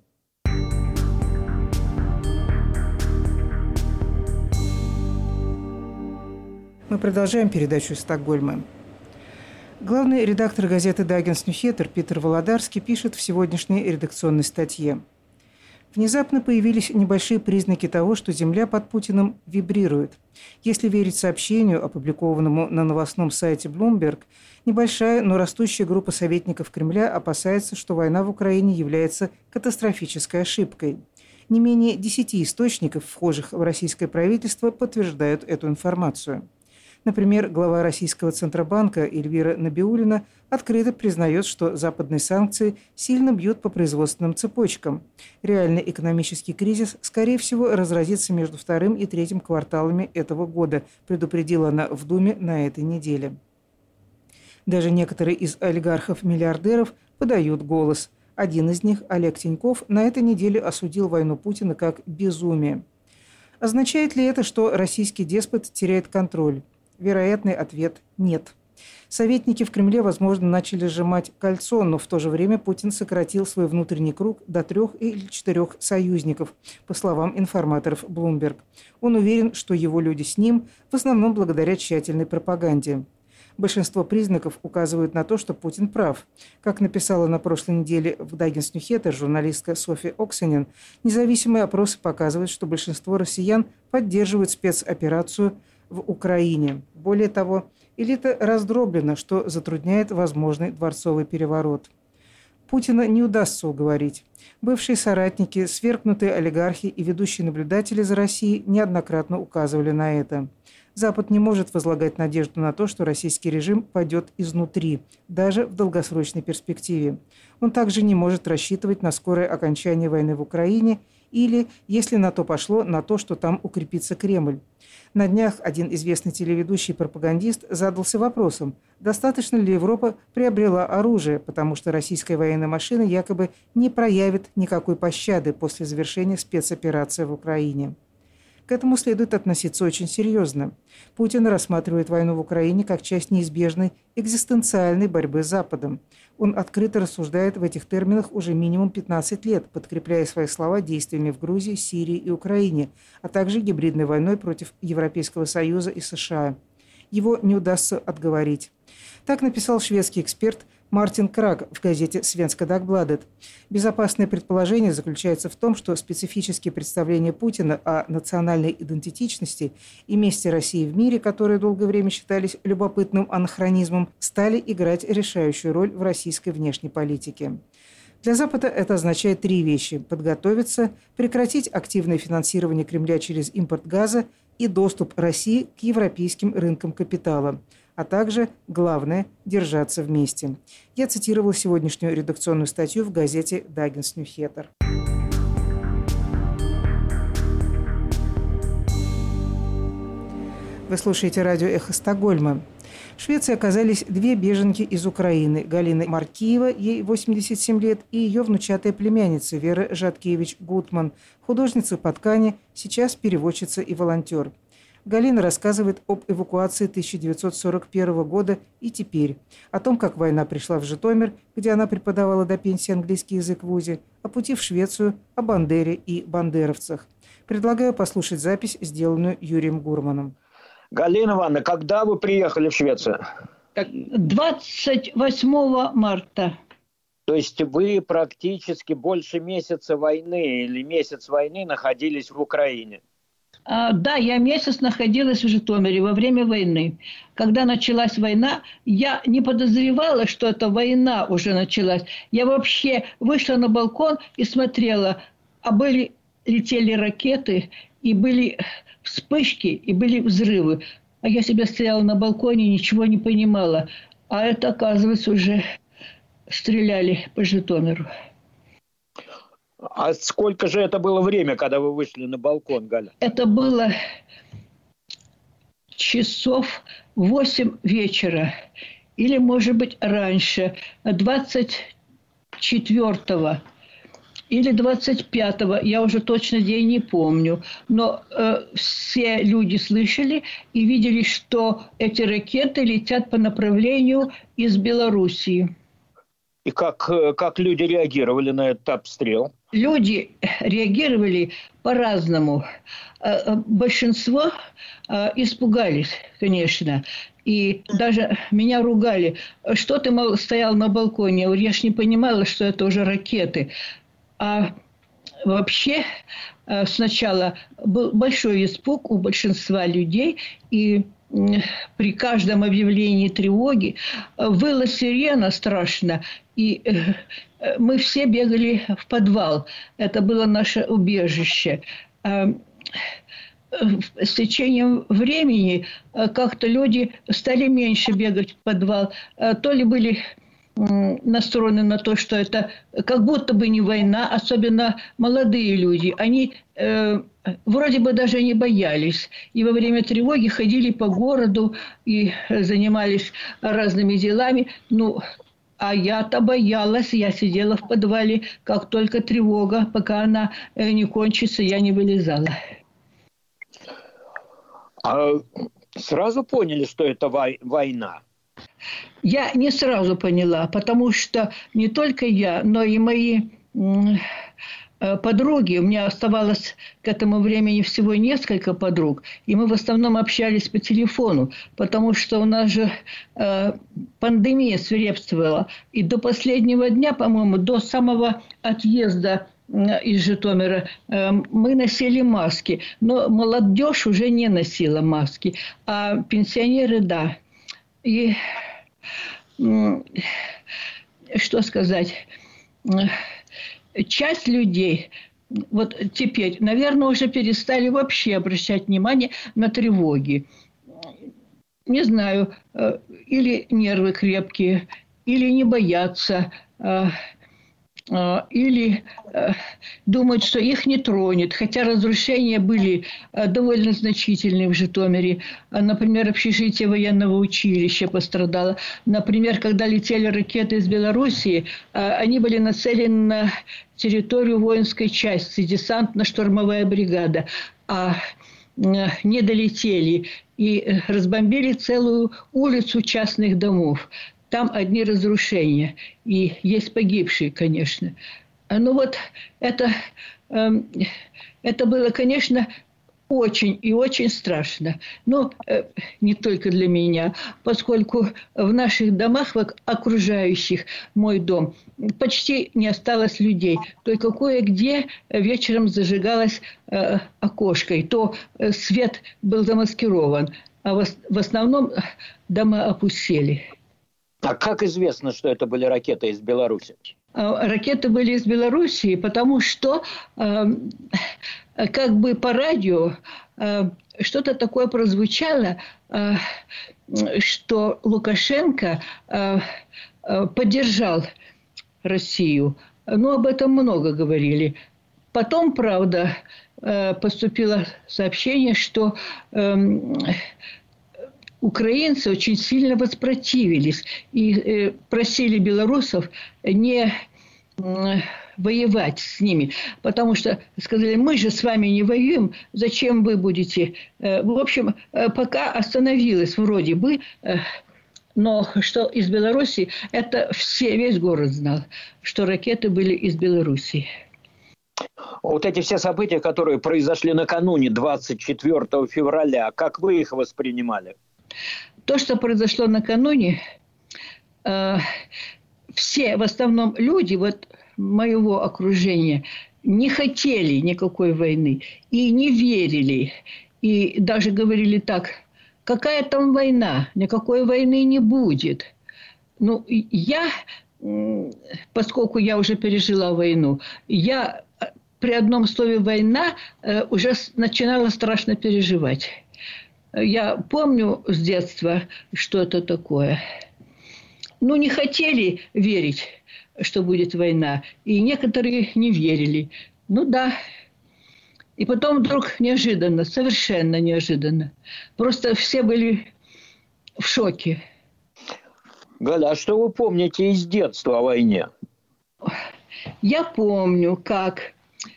Мы продолжаем передачу из Стокгольма. Главный редактор газеты «Dagens Nyheter» Питер Володарский пишет в сегодняшней редакционной статье: внезапно появились небольшие признаки того, что земля под Путиным вибрирует. Если верить сообщению, опубликованному на новостном сайте Bloomberg, небольшая, но растущая группа советников Кремля опасается, что война в Украине является катастрофической ошибкой. Не менее десяти источников, вхожих в российское правительство, подтверждают эту информацию. Например, глава Российского Центробанка Эльвира Набиуллина открыто признает, что западные санкции сильно бьют по производственным цепочкам. Реальный экономический кризис, скорее всего, разразится между вторым и третьим кварталами этого года, предупредила она в Думе на этой неделе. Даже некоторые из олигархов-миллиардеров подают голос. Один из них, Олег Тиньков, на этой неделе осудил войну Путина как безумие. Означает ли это, что российский деспот теряет контроль? Вероятный ответ – нет. Советники в Кремле, возможно, начали сжимать кольцо, но в то же время Путин сократил свой внутренний круг до трех или четырех союзников, по словам информаторов Bloomberg. Он уверен, что его люди с ним, в основном благодаря тщательной пропаганде. Большинство признаков указывают на то, что Путин прав. Как написала на прошлой неделе в Dagens Nyheter журналистка Софья Оксенин, независимые опросы показывают, что большинство россиян поддерживают спецоперацию в Украине. Более того, элита раздроблена, что затрудняет возможный дворцовый переворот. Путина не удастся уговорить. Бывшие соратники, свергнутые олигархи и ведущие наблюдатели за Россией неоднократно указывали на это. Запад не может возлагать надежду на то, что российский режим падет изнутри, даже в долгосрочной перспективе. Он также не может рассчитывать на скорое окончание войны в Украине или, если на то пошло, на то, что там укрепится Кремль. На днях один известный телеведущий и пропагандист задался вопросом, достаточно ли Европа приобрела оружие, потому что российская военная машина якобы не проявит никакой пощады после завершения спецоперации в Украине. К этому следует относиться очень серьезно. Путин рассматривает войну в Украине как часть неизбежной экзистенциальной борьбы с Западом. Он открыто рассуждает в этих терминах уже минимум пятнадцать лет, подкрепляя свои слова действиями в Грузии, Сирии и Украине, а также гибридной войной против Европейского Союза и США. Его не удастся отговорить. Так написал шведский эксперт Мартин Краг в газете «Свенска Дагбладет». Безопасное предположение заключается в том, что специфические представления Путина о национальной идентичности и месте России в мире, которые долгое время считались любопытным анахронизмом, стали играть решающую роль в российской внешней политике. Для Запада это означает три вещи – подготовиться, прекратить активное финансирование Кремля через импорт газа и доступ России к европейским рынкам капитала, а также, главное, держаться вместе. Я цитировала сегодняшнюю редакционную статью в газете «Дагенс Нюхетер». Вы слушаете радио «Эхо Стокгольма». В Швеции оказались две беженки из Украины – Галина Маркиева, ей восемьдесят семь лет, и ее внучатая племянница Вера Жаткевич-Гутман, художница по ткани, сейчас переводчица и волонтер. Галина рассказывает об эвакуации тысяча девятьсот сорок первого года и теперь, о том, как война пришла в Житомир, где она преподавала до пенсии английский язык в вузе, о пути в Швецию, о Бандере и бандеровцах. Предлагаю послушать запись, сделанную Юрием Гурманом. Галина Ивановна, когда вы приехали в Швецию? двадцать восьмого марта. То есть вы практически больше месяца войны или месяц войны находились в Украине? А, да, я месяц находилась в Житомире во время войны. Когда началась война, я не подозревала, что эта война уже началась. Я вообще вышла на балкон и смотрела, а были летели ракеты, и были вспышки, и были взрывы. А я себе стояла на балконе, ничего не понимала. А это, оказывается, уже стреляли по Житомиру. А сколько же это было время, когда вы вышли на балкон, Галя? Это было часов восемь вечера. Или, может быть, раньше, двадцать четвёртого. Или двадцать пятого, я уже точно день не помню. Но э, все люди слышали и видели, что эти ракеты летят по направлению из Белоруссии. И как, как люди реагировали на этот обстрел? Люди реагировали по-разному. Большинство испугались, конечно. И даже меня ругали. Что ты, мол, стоял на балконе? Я ж не понимала, что это уже ракеты. А вообще сначала был большой испуг у большинства людей, и при каждом объявлении тревоги выла сирена страшно, и мы все бегали в подвал. Это было наше убежище. С течением времени как-то люди стали меньше бегать в подвал. То ли были настроены на то, что это как будто бы не война, особенно молодые люди. Они э, вроде бы даже не боялись. И во время тревоги ходили по городу и занимались разными делами. Ну, а я-то боялась. Я сидела в подвале, как только тревога, пока она не кончится, я не вылезала. А сразу поняли, что это война? Я не сразу поняла, потому что не только я, но и мои подруги, у меня оставалось к этому времени всего несколько подруг, и мы в основном общались по телефону, потому что у нас же э, пандемия свирепствовала, и до последнего дня, по-моему, до самого отъезда из Житомира э, мы носили маски, но молодежь уже не носила маски, а пенсионеры – да. И что сказать, часть людей вот теперь, наверное, уже перестали вообще обращать внимание на тревоги. не знаю, или нервы крепкие, или не боятся, или думают, что их не тронет. Хотя разрушения были довольно значительные в Житомире. Например, общежитие военного училища пострадало. Например, когда летели ракеты из Белоруссии, они были нацелены на территорию воинской части, десантно-штурмовая бригада. А не долетели и разбомбили целую улицу частных домов. Там одни разрушения. И есть погибшие, конечно. Ну вот это, э, это было, конечно, очень и очень страшно. Но э, не только для меня, поскольку в наших домах, в окружающих мой дом, почти не осталось людей. Только кое-где вечером зажигалось э, окошко, и то э, свет был замаскирован. А в, в основном дома опустели. А как известно, что это были ракеты из Беларуси? Ракеты были из Белоруссии, потому что э, как бы по радио э, что-то такое прозвучало, э, что Лукашенко э, э, поддержал Россию. Ну, об этом много говорили. Потом, правда, э, поступило сообщение, что э, украинцы очень сильно воспротивились и э, просили белорусов не э, воевать с ними, потому что сказали, мы же с вами не воюем, зачем вы будете? Э, в общем, э, пока остановилось вроде бы, э, но что из Беларуси, это все, весь город знал, что ракеты были из Беларуси. Вот эти все события, которые произошли накануне двадцать четвёртого февраля, как вы их воспринимали? То, что произошло накануне, э, все, в основном люди вот моего окружения, не хотели никакой войны и не верили. И даже говорили так, какая там война, никакой войны не будет. Ну, я, поскольку я уже пережила войну, я при одном слове «война» э, уже начинала страшно переживать. Я помню с детства, что это такое. Ну, не хотели верить, что будет война. И некоторые не верили. Ну да. И потом вдруг неожиданно, совершенно неожиданно. Просто все были в шоке. Галя, а что вы помните из детства о войне? Я помню, как...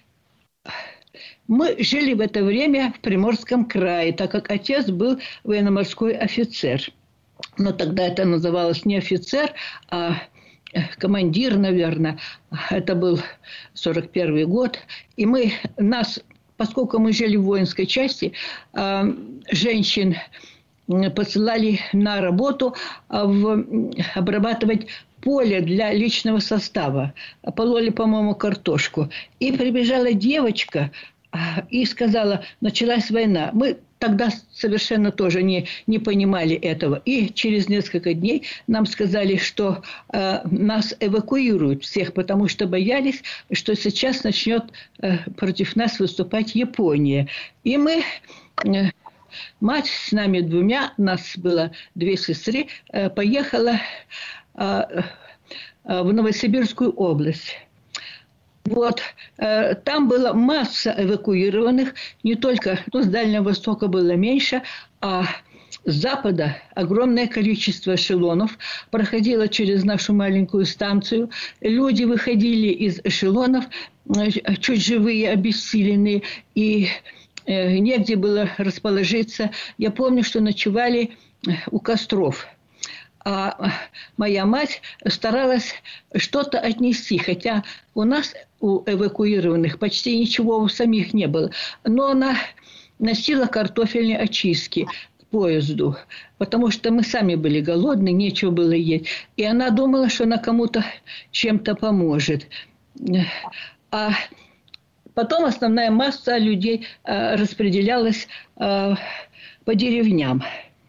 Мы жили в это время в Приморском крае, так как отец был военно-морской офицер. Но тогда это называлось не офицер, а командир, наверное. Это был сорок первый год. И мы, нас, поскольку мы жили в воинской части, женщин посылали на работу в, обрабатывать поле для личного состава. Пололи, по-моему, картошку. И прибежала девочка и сказала, началась война. Мы тогда совершенно тоже не, не понимали этого. И через несколько дней нам сказали, что э, нас эвакуируют всех, потому что боялись, что сейчас начнет э, против нас выступать Япония. И мы... Э, мать с нами двумя, нас было две сестры, э, поехала э, э, в Новосибирскую область. Вот, э, там была масса эвакуированных, не только, ну, с Дальнего Востока было меньше, а с Запада огромное количество эшелонов проходило через нашу маленькую станцию. Люди выходили из эшелонов, э, чуть живые, обессиленные, и э, негде было расположиться. Я помню, что ночевали у костров. А моя мать старалась что-то отнести, хотя у нас, у эвакуированных, почти ничего у самих не было. Но она носила картофельные очистки к поезду, потому что мы сами были голодны, нечего было есть. И она думала, что она кому-то чем-то поможет. А потом основная масса людей распределялась по деревням.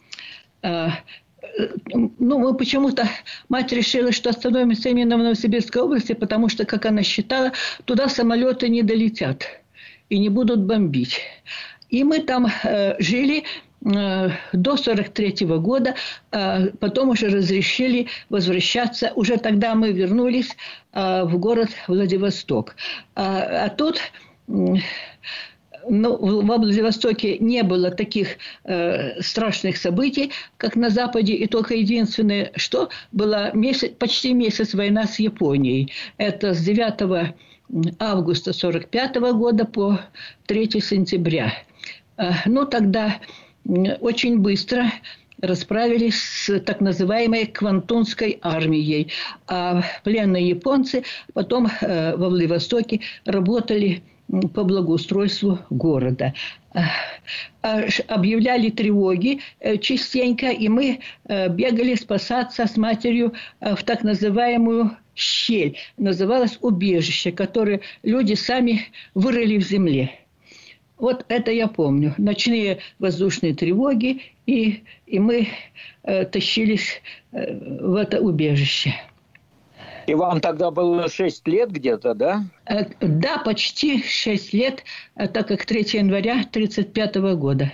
Ну, мы почему-то, мать решила, что остановимся именно в Новосибирской области, потому что, как она считала, туда самолеты не долетят и не будут бомбить. И мы там э, жили, до сорок третьего года, потом уже разрешили возвращаться. Уже тогда мы вернулись в город Владивосток. А тут, ну, во Владивостоке не было таких страшных событий, как на Западе, и только единственное, что была месяц, почти месяц война с Японией. Это с девятого августа сорок пятого года по третьего сентября. Ну, тогда очень быстро расправились с так называемой Квантунской армией. А пленные японцы потом э, во Владивостоке работали по благоустройству города. Объявляли тревоги частенько, и мы бегали спасаться с матерью в так называемую щель. Называлось убежище, которое люди сами вырыли в земле. Вот это я помню. Ночные воздушные тревоги, и, и мы э, тащились э, в это убежище. И вам тогда было шесть лет где-то, да? Э, да, почти шесть лет, так как третьего января тридцать пятого года.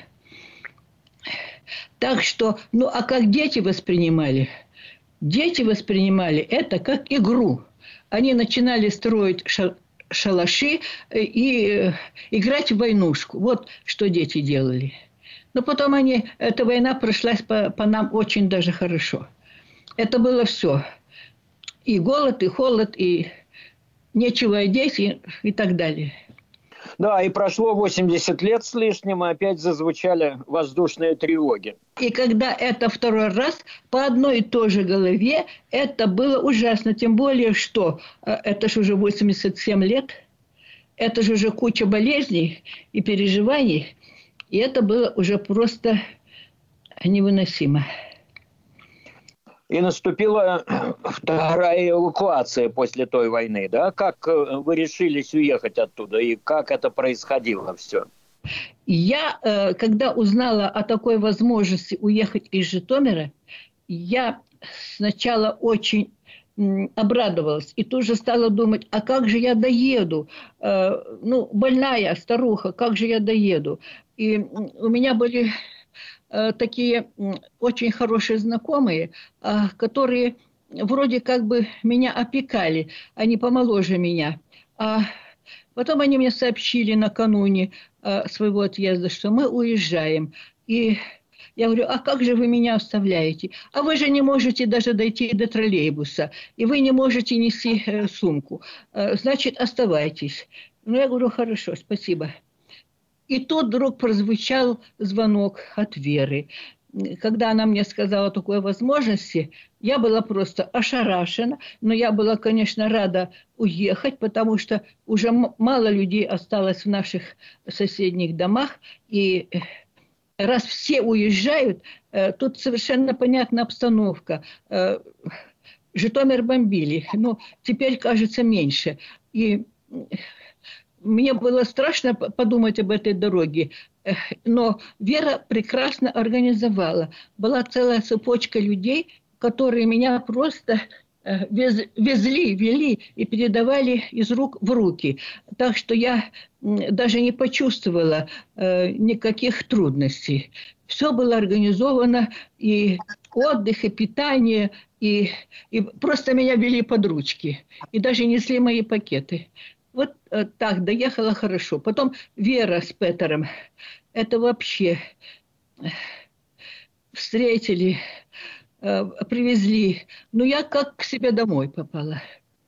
Так что, ну а как дети воспринимали? Дети воспринимали это как игру. Они начинали строить ша- шалаши и играть в войнушку. Вот что дети делали. Но потом они, эта война прошлась по, по нам очень даже хорошо. Это было все. И голод, и холод, и нечего одеть, и, и так далее. Да, и прошло восемьдесят лет с лишним, и опять зазвучали воздушные тревоги. И когда это второй раз по одной и той же голове, это было ужасно. Тем более, что это же уже восемьдесят семь лет, это же уже куча болезней и переживаний. И это было уже просто невыносимо. И наступила вторая эвакуация после той войны, да? Как вы решились уехать оттуда и как это происходило все? Я, когда узнала о такой возможности уехать из Житомира, я сначала очень обрадовалась и тут же стала думать, а как же я доеду? Ну, больная старуха, как же я доеду? И у меня были такие очень хорошие знакомые, которые вроде как бы меня опекали, они помоложе меня. А потом они мне сообщили накануне своего отъезда, что мы уезжаем. И я говорю, а как же вы меня оставляете? А вы же не можете даже дойти до троллейбуса, и вы не можете нести сумку. Значит, оставайтесь. Ну, я говорю, хорошо, спасибо. И тут вдруг прозвучал звонок от Веры. Когда она мне сказала о такой возможности, я была просто ошарашена, но я была, конечно, рада уехать, потому что уже мало людей осталось в наших соседних домах, и раз все уезжают, тут совершенно понятна обстановка. Житомир бомбили, но теперь, кажется, меньше. И мне было страшно подумать об этой дороге, но Вера прекрасно организовала. Была целая цепочка людей, которые меня просто везли, вели и передавали из рук в руки. Так что я даже не почувствовала никаких трудностей. Все было организовано, и отдых, и питание, и, и просто меня вели под ручки. И даже несли мои пакеты. Вот так, доехала хорошо. Потом Вера с Петером, это вообще встретили, привезли. Ну, я как к себе домой попала.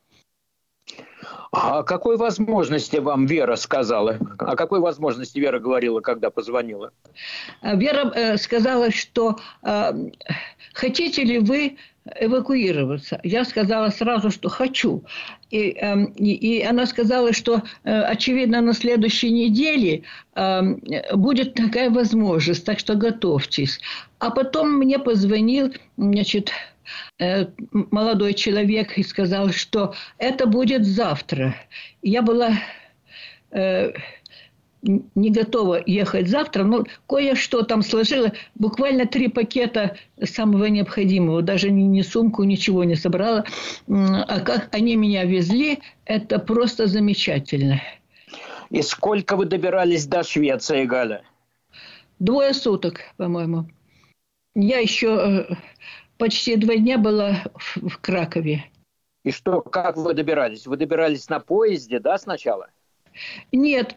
А о какой возможности вам Вера сказала? О какой возможности Вера говорила, когда позвонила? Вера сказала, что хотите ли вы эвакуироваться? Я сказала сразу, что хочу. И, и, и она сказала, что, очевидно, на следующей неделе будет такая возможность, так что готовьтесь. А потом мне позвонил, значит, молодой человек и сказал, что это будет завтра. Я была э, не готова ехать завтра, но кое-что там сложила. Буквально три пакета самого необходимого. Даже ни, ни сумку, ничего не собрала. А как они меня везли, это просто замечательно. И сколько вы добирались до Швеции, Галя? Двое суток, по-моему. Я еще почти два дня была в, в Кракове. И что, как вы добирались? Вы добирались на поезде, да, сначала? Нет,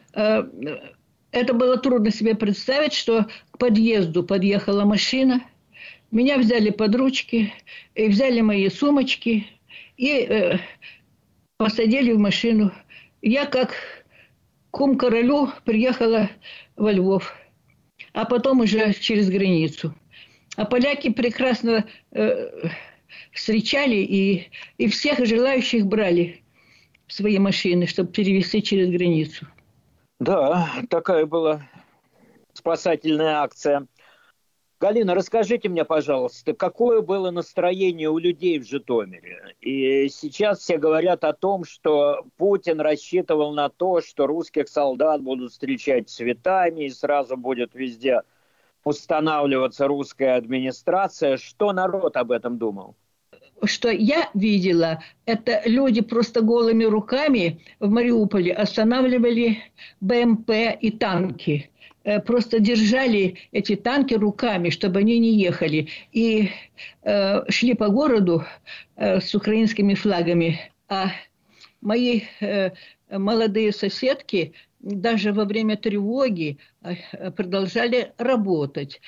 это было трудно себе представить, что к подъезду подъехала машина, меня взяли под ручки, и взяли мои сумочки и посадили в машину. Я как кум королю приехала во Львов, а потом уже через границу. А поляки прекрасно э, встречали и, и всех желающих брали в свои машины, чтобы перевезти через границу. Да, такая была спасательная акция. Галина, расскажите мне, пожалуйста, какое было настроение у людей в Житомире? И сейчас все говорят о том, что Путин рассчитывал на то, что русских солдат будут встречать цветами, и сразу будет везде устанавливаться русская администрация. Что народ об этом думал? Что я видела, это люди просто голыми руками в Мариуполе останавливали БМП и танки. Просто держали эти танки руками, чтобы они не ехали. И э, шли по городу э, с украинскими флагами. А мои э, молодые соседки даже во время тревоги э, продолжали работать.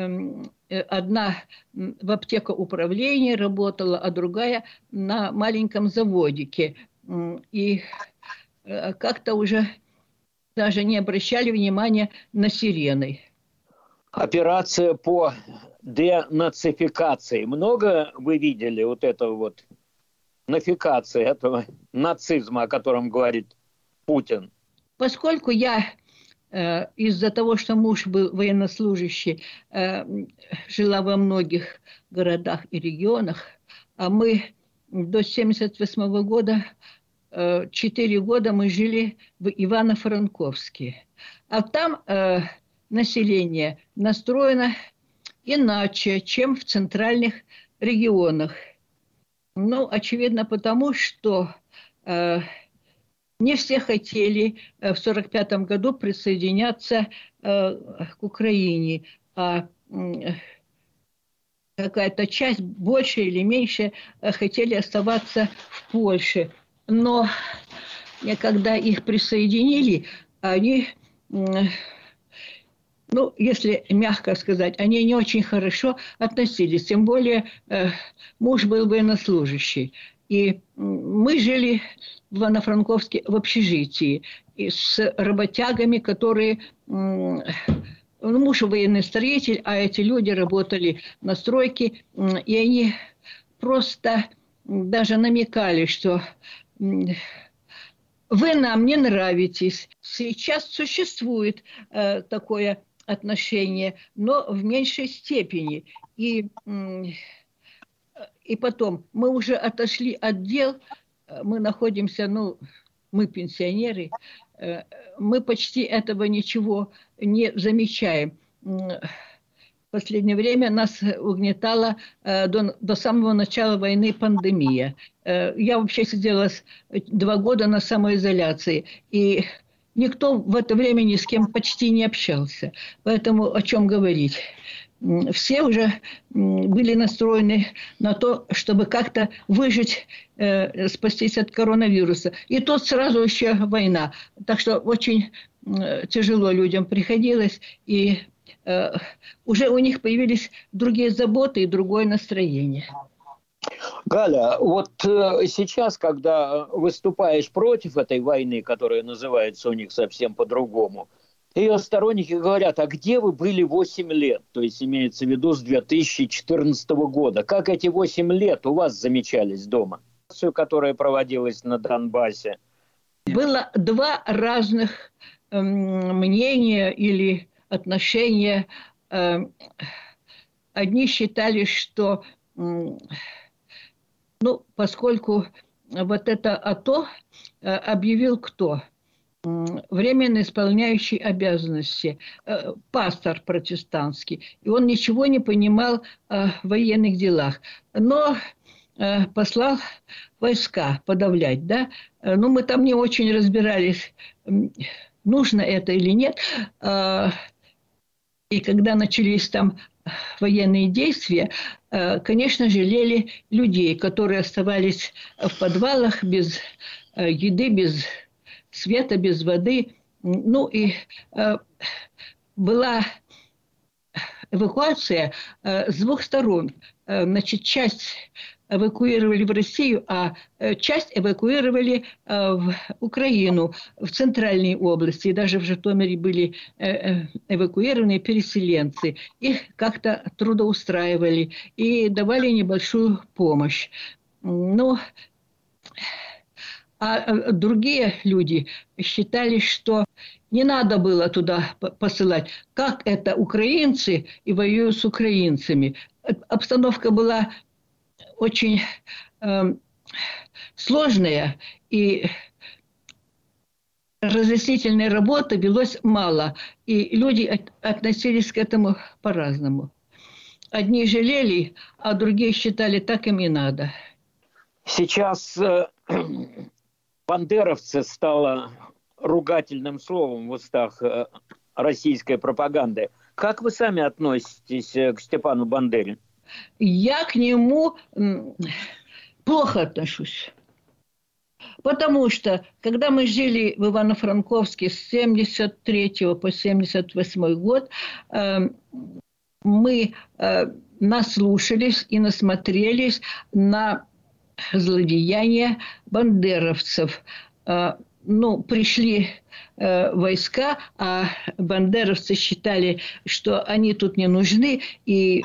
Одна в аптекоуправлении работала, а другая на маленьком заводике. И как-то уже даже не обращали внимания на сирены. Операция по денацификации. Много вы видели вот этого вот нафикации, этого нацизма, о котором говорит Путин? Поскольку я э, из-за того, что муж был военнослужащий, э, жила во многих городах и регионах, а мы до семьдесят восьмого года Четыре года мы жили в Ивано-Франковске. А там э, население настроено иначе, чем в центральных регионах. Ну, очевидно, потому что э, не все хотели э, в сорок пятом году присоединяться э, к Украине, а э, какая-то часть, больше или меньше, э, хотели оставаться в Польше. Но когда их присоединили, они, ну, если мягко сказать, они не очень хорошо относились. Тем более муж был военнослужащий. И мы жили в Ивано-Франковске в общежитии с работягами, которые... Ну, муж военный строитель, а эти люди работали на стройке. И они просто даже намекали, что... Вы нам не нравитесь. Сейчас существует э, такое отношение, но в меньшей степени. И, э, и потом, мы уже отошли от дел, мы находимся, ну, мы пенсионеры, э, мы почти этого ничего не замечаем. В последнее время нас угнетала э, до, до самого начала войны пандемия. Э, я вообще сидела два года на самоизоляции, и никто в это время ни с кем почти не общался. Поэтому о чем говорить? Все уже были настроены на то, чтобы как-то выжить, э, спастись от коронавируса. И тут сразу еще война. Так что очень э, тяжело людям приходилось, и уже у них появились другие заботы и другое настроение. Галя, вот сейчас, когда выступаешь против этой войны, которая называется у них совсем по-другому, ее сторонники говорят, а где вы были восемь лет? То есть имеется в виду с две тысячи четырнадцатого года. Как эти восемь лет у вас замечались дома? Которая проводилась на Донбассе. Было два разных э, мнения или... отношения. Одни считали, что, ну, поскольку вот это АТО объявил кто? Временно исполняющий обязанности, пастор протестантский. И он ничего не понимал в военных делах. Но послал войска подавлять, да? Ну, мы там не очень разбирались, нужно это или нет. И когда начались там военные действия, конечно, жалели людей, которые оставались в подвалах без еды, без света, без воды. Ну и была эвакуация с двух сторон. Значит, часть эвакуировали в Россию, а часть эвакуировали в Украину, в центральной области. И даже в Житомире были эвакуированы переселенцы. Их как-то трудоустраивали и давали небольшую помощь. Ну, а другие люди считали, что не надо было туда посылать. Как это украинцы и воюют с украинцами? Обстановка была очень э, сложная, и разъяснительной работы велось мало. И люди от, относились к этому по-разному. Одни жалели, а другие считали, так им и надо. Сейчас э, бандеровцы стало ругательным словом в устах э, российской пропаганды. Как вы сами относитесь к Степану Бандере? Я к нему плохо отношусь. Потому что, когда мы жили в Ивано-Франковске с семьдесят третьего по семьдесят восьмой год, мы наслушались и насмотрелись на злодеяния бандеровцев. Ну, пришли э, войска, а бандеровцы считали, что они тут не нужны, и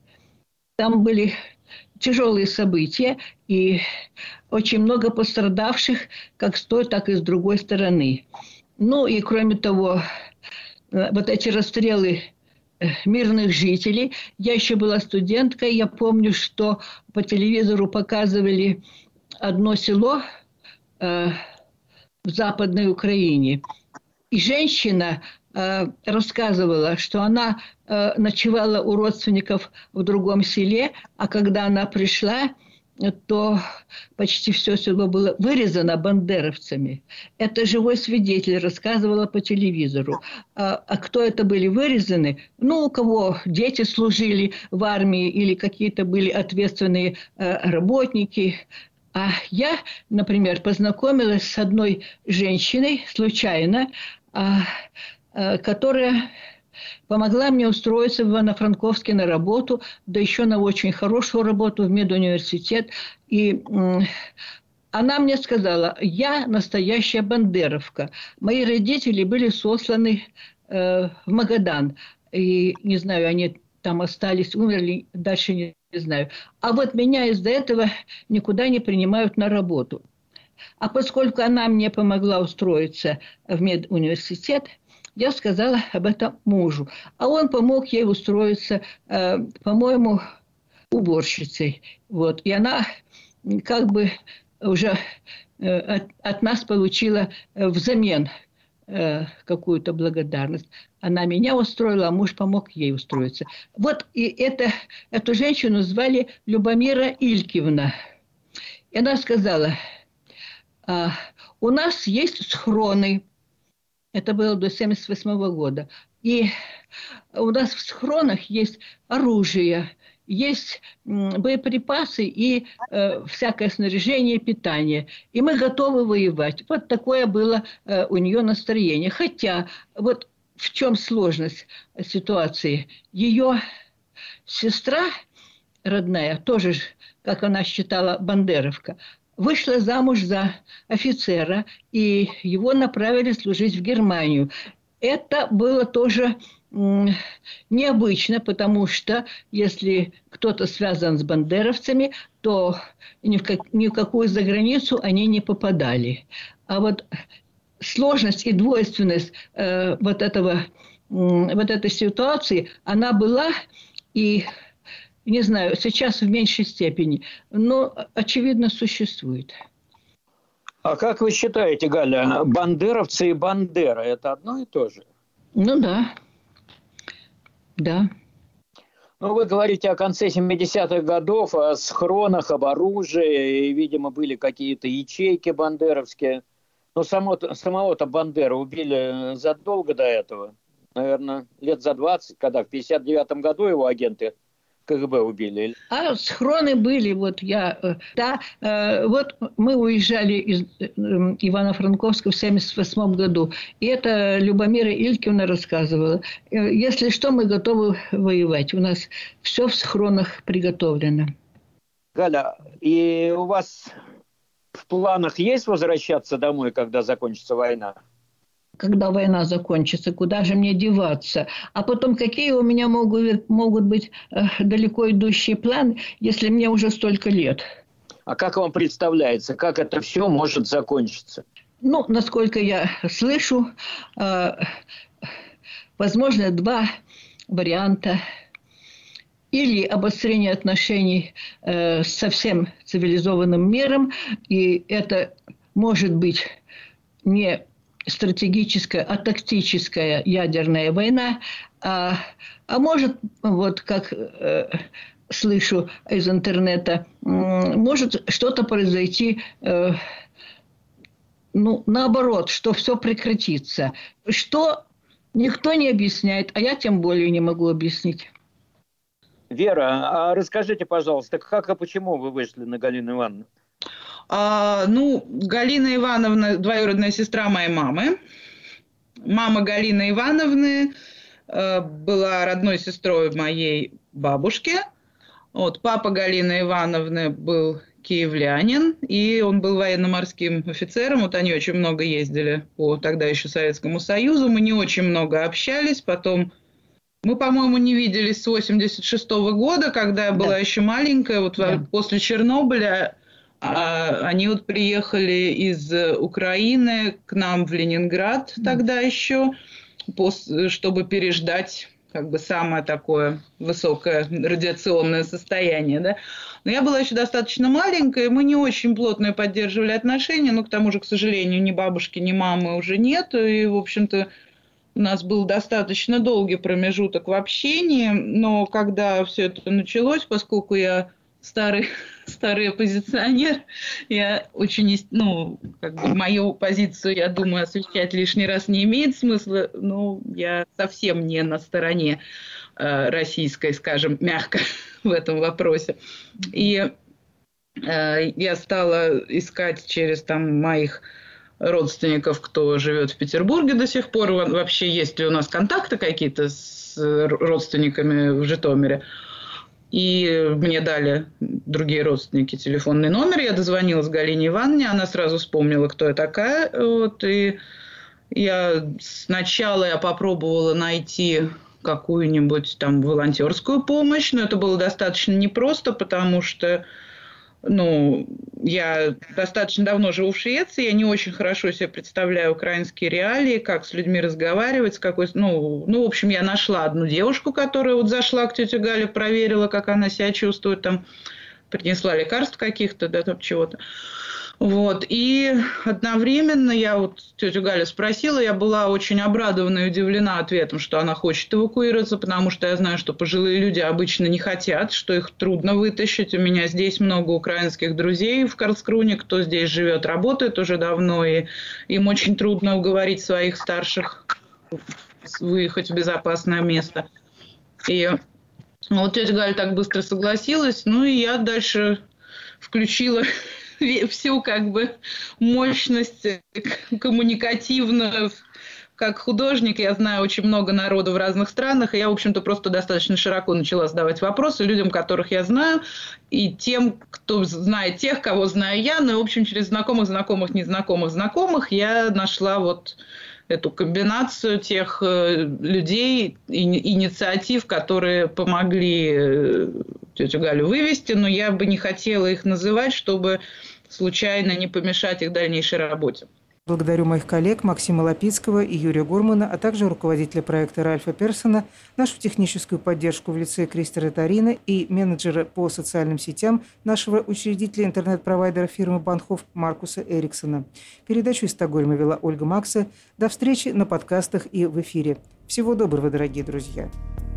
там были тяжелые события, и очень много пострадавших как с той, так и с другой стороны. Ну, и кроме того, вот эти расстрелы мирных жителей. Я еще была студенткой, я помню, что по телевизору показывали одно село э, в Западной Украине. И женщина э, рассказывала, что она э, ночевала у родственников в другом селе, а когда она пришла, то почти все село было вырезано бандеровцами. Это живой свидетель рассказывала по телевизору. А, а кто это были вырезаны? Ну, у кого дети служили в армии или какие-то были ответственные э, работники. А я, например, познакомилась с одной женщиной случайно, а, а, которая помогла мне устроиться в Ивано-Франковске на работу, да еще на очень хорошую работу в медуниверситет. И м- она мне сказала: я настоящая бандеровка. Мои родители были сосланы э, в Магадан. И, не знаю, они там остались, умерли, дальше не, не знаю. А вот меня из-за этого никуда не принимают на работу. А поскольку она мне помогла устроиться в медуниверситет, я сказала об этом мужу. А он помог ей устроиться, э, по-моему, уборщицей. Вот. И она как бы уже э, от, от нас получила взамен э, какую-то благодарность. Она меня устроила, а муж помог ей устроиться. Вот и это, эту женщину звали Любомира Илькивна. И она сказала: а, у нас есть схроны. Это было до семьдесят восьмого года. И у нас в схронах есть оружие, есть боеприпасы и э, всякое снаряжение, питание. И мы готовы воевать. Вот такое было э, у нее настроение. Хотя вот в чем сложность ситуации. Ее сестра родная, тоже, как она считала, бандеровка, вышла замуж за офицера, и его направили служить в Германию. Это было тоже м, необычно, потому что если кто-то связан с бандеровцами, то ни в, как, ни в какую заграницу они не попадали. А вот сложность и двойственность э, вот, этого, э, вот этой ситуации, она была, и не знаю, сейчас в меньшей степени, но, очевидно, существует. А как вы считаете, Галя, бандеровцы и Бандера – это одно и то же? Ну да, да. Ну, вы говорите о конце семидесятых годов, о схронах, об оружии, и, видимо, были какие-то ячейки бандеровские. Но само, самого-то Бандеру убили задолго до этого. наверное, лет за двадцать, когда в пятьдесят девятом году его агенты КГБ убили. А схроны были, вот я, да, вот мы уезжали из Ивано-Франковска в семьдесят восьмом году, и это Любомира Илькивна рассказывала. Если что, мы готовы воевать, у нас все в схронах приготовлено. Галя, и у вас в планах есть возвращаться домой, когда закончится война? Когда война закончится, куда же мне деваться? А потом, какие у меня могут, могут быть э, далеко идущие планы, если мне уже столько лет? А как вам представляется, как это все может закончиться? Ну, насколько я слышу, э, возможно, два варианта. Или обострение отношений э, со всем цивилизованным миром, и это может быть не стратегическая, а тактическая ядерная война, а, а может, вот как э, слышу из интернета, э, может что-то произойти, э, ну, наоборот, что все прекратится. Что никто не объясняет, а я тем более не могу объяснить. Вера, а расскажите, пожалуйста, как и почему вы вышли на Галину Ивановну? А, ну, Галина Ивановна – двоюродная сестра моей мамы. Мама Галины Ивановны э, была родной сестрой моей бабушки. Вот, папа Галины Ивановны был киевлянин, и он был военно-морским офицером. Вот они очень много ездили по тогда еще Советскому Союзу. Мы не очень много общались. Потом мы, по-моему, не виделись с восемьдесят шестого года, когда я была да. еще маленькая. Вот да. после Чернобыля а, они вот приехали из Украины к нам в Ленинград тогда еще, чтобы переждать как бы самое такое высокое радиационное состояние, да. Но я была еще достаточно маленькая, и мы не очень плотно поддерживали отношения, но к тому же, к сожалению, ни бабушки, ни мамы уже нет, и, в общем-то, у нас был достаточно долгий промежуток в общении, но когда все это началось, поскольку я старый, старый оппозиционер, я очень, ну, как бы мою позицию, я думаю, освещать лишний раз не имеет смысла, но я совсем не на стороне э, российской, скажем, мягко в этом вопросе. И э, я стала искать через там моих родственников, кто живет в Петербурге до сих пор. Вообще, есть ли у нас контакты какие-то с родственниками в Житомире? И мне дали другие родственники телефонный номер. Я дозвонилась Галине Ивановне, она сразу вспомнила, кто я такая. Вот, и я сначала я попробовала найти какую-нибудь там волонтерскую помощь, но это было достаточно непросто, потому что ну, я достаточно давно живу в Швеции, я не очень хорошо себе представляю украинские реалии, как с людьми разговаривать, с какой... Ну, ну, в общем, я нашла одну девушку, которая вот зашла к тете Гале, проверила, как она себя чувствует, там, принесла лекарств каких-то, да, там чего-то. Вот, и одновременно я вот тетю Галю спросила, я была очень обрадована и удивлена ответом, что она хочет эвакуироваться, потому что я знаю, что пожилые люди обычно не хотят, что их трудно вытащить. У меня здесь много украинских друзей в Карлскруне, кто здесь живет, работает уже давно, и им очень трудно уговорить своих старших выехать в безопасное место. И вот тетя Галя так быстро согласилась, ну и я дальше включила всю как бы мощность коммуникативную. Как художник я знаю очень много народу в разных странах, и я, в общем-то, просто достаточно широко начала задавать вопросы людям, которых я знаю, и тем, кто знает тех, кого знаю я, ну, в общем, через знакомых, знакомых, незнакомых, знакомых я нашла вот эту комбинацию тех людей, инициатив, которые помогли тетю Галю вывести, но я бы не хотела их называть, чтобы случайно не помешать их дальнейшей работе. Благодарю моих коллег Максима Лапицкого и Юрия Гурмана, а также руководителя проекта Ральфа Персона, нашу техническую поддержку в лице Кристера Тарина и менеджера по социальным сетям нашего учредителя интернет-провайдера фирмы Банхоф Маркуса Эриксона. Передачу из Стокгольма вела Ольга Макса. До встречи на подкастах и в эфире. Всего доброго, дорогие друзья.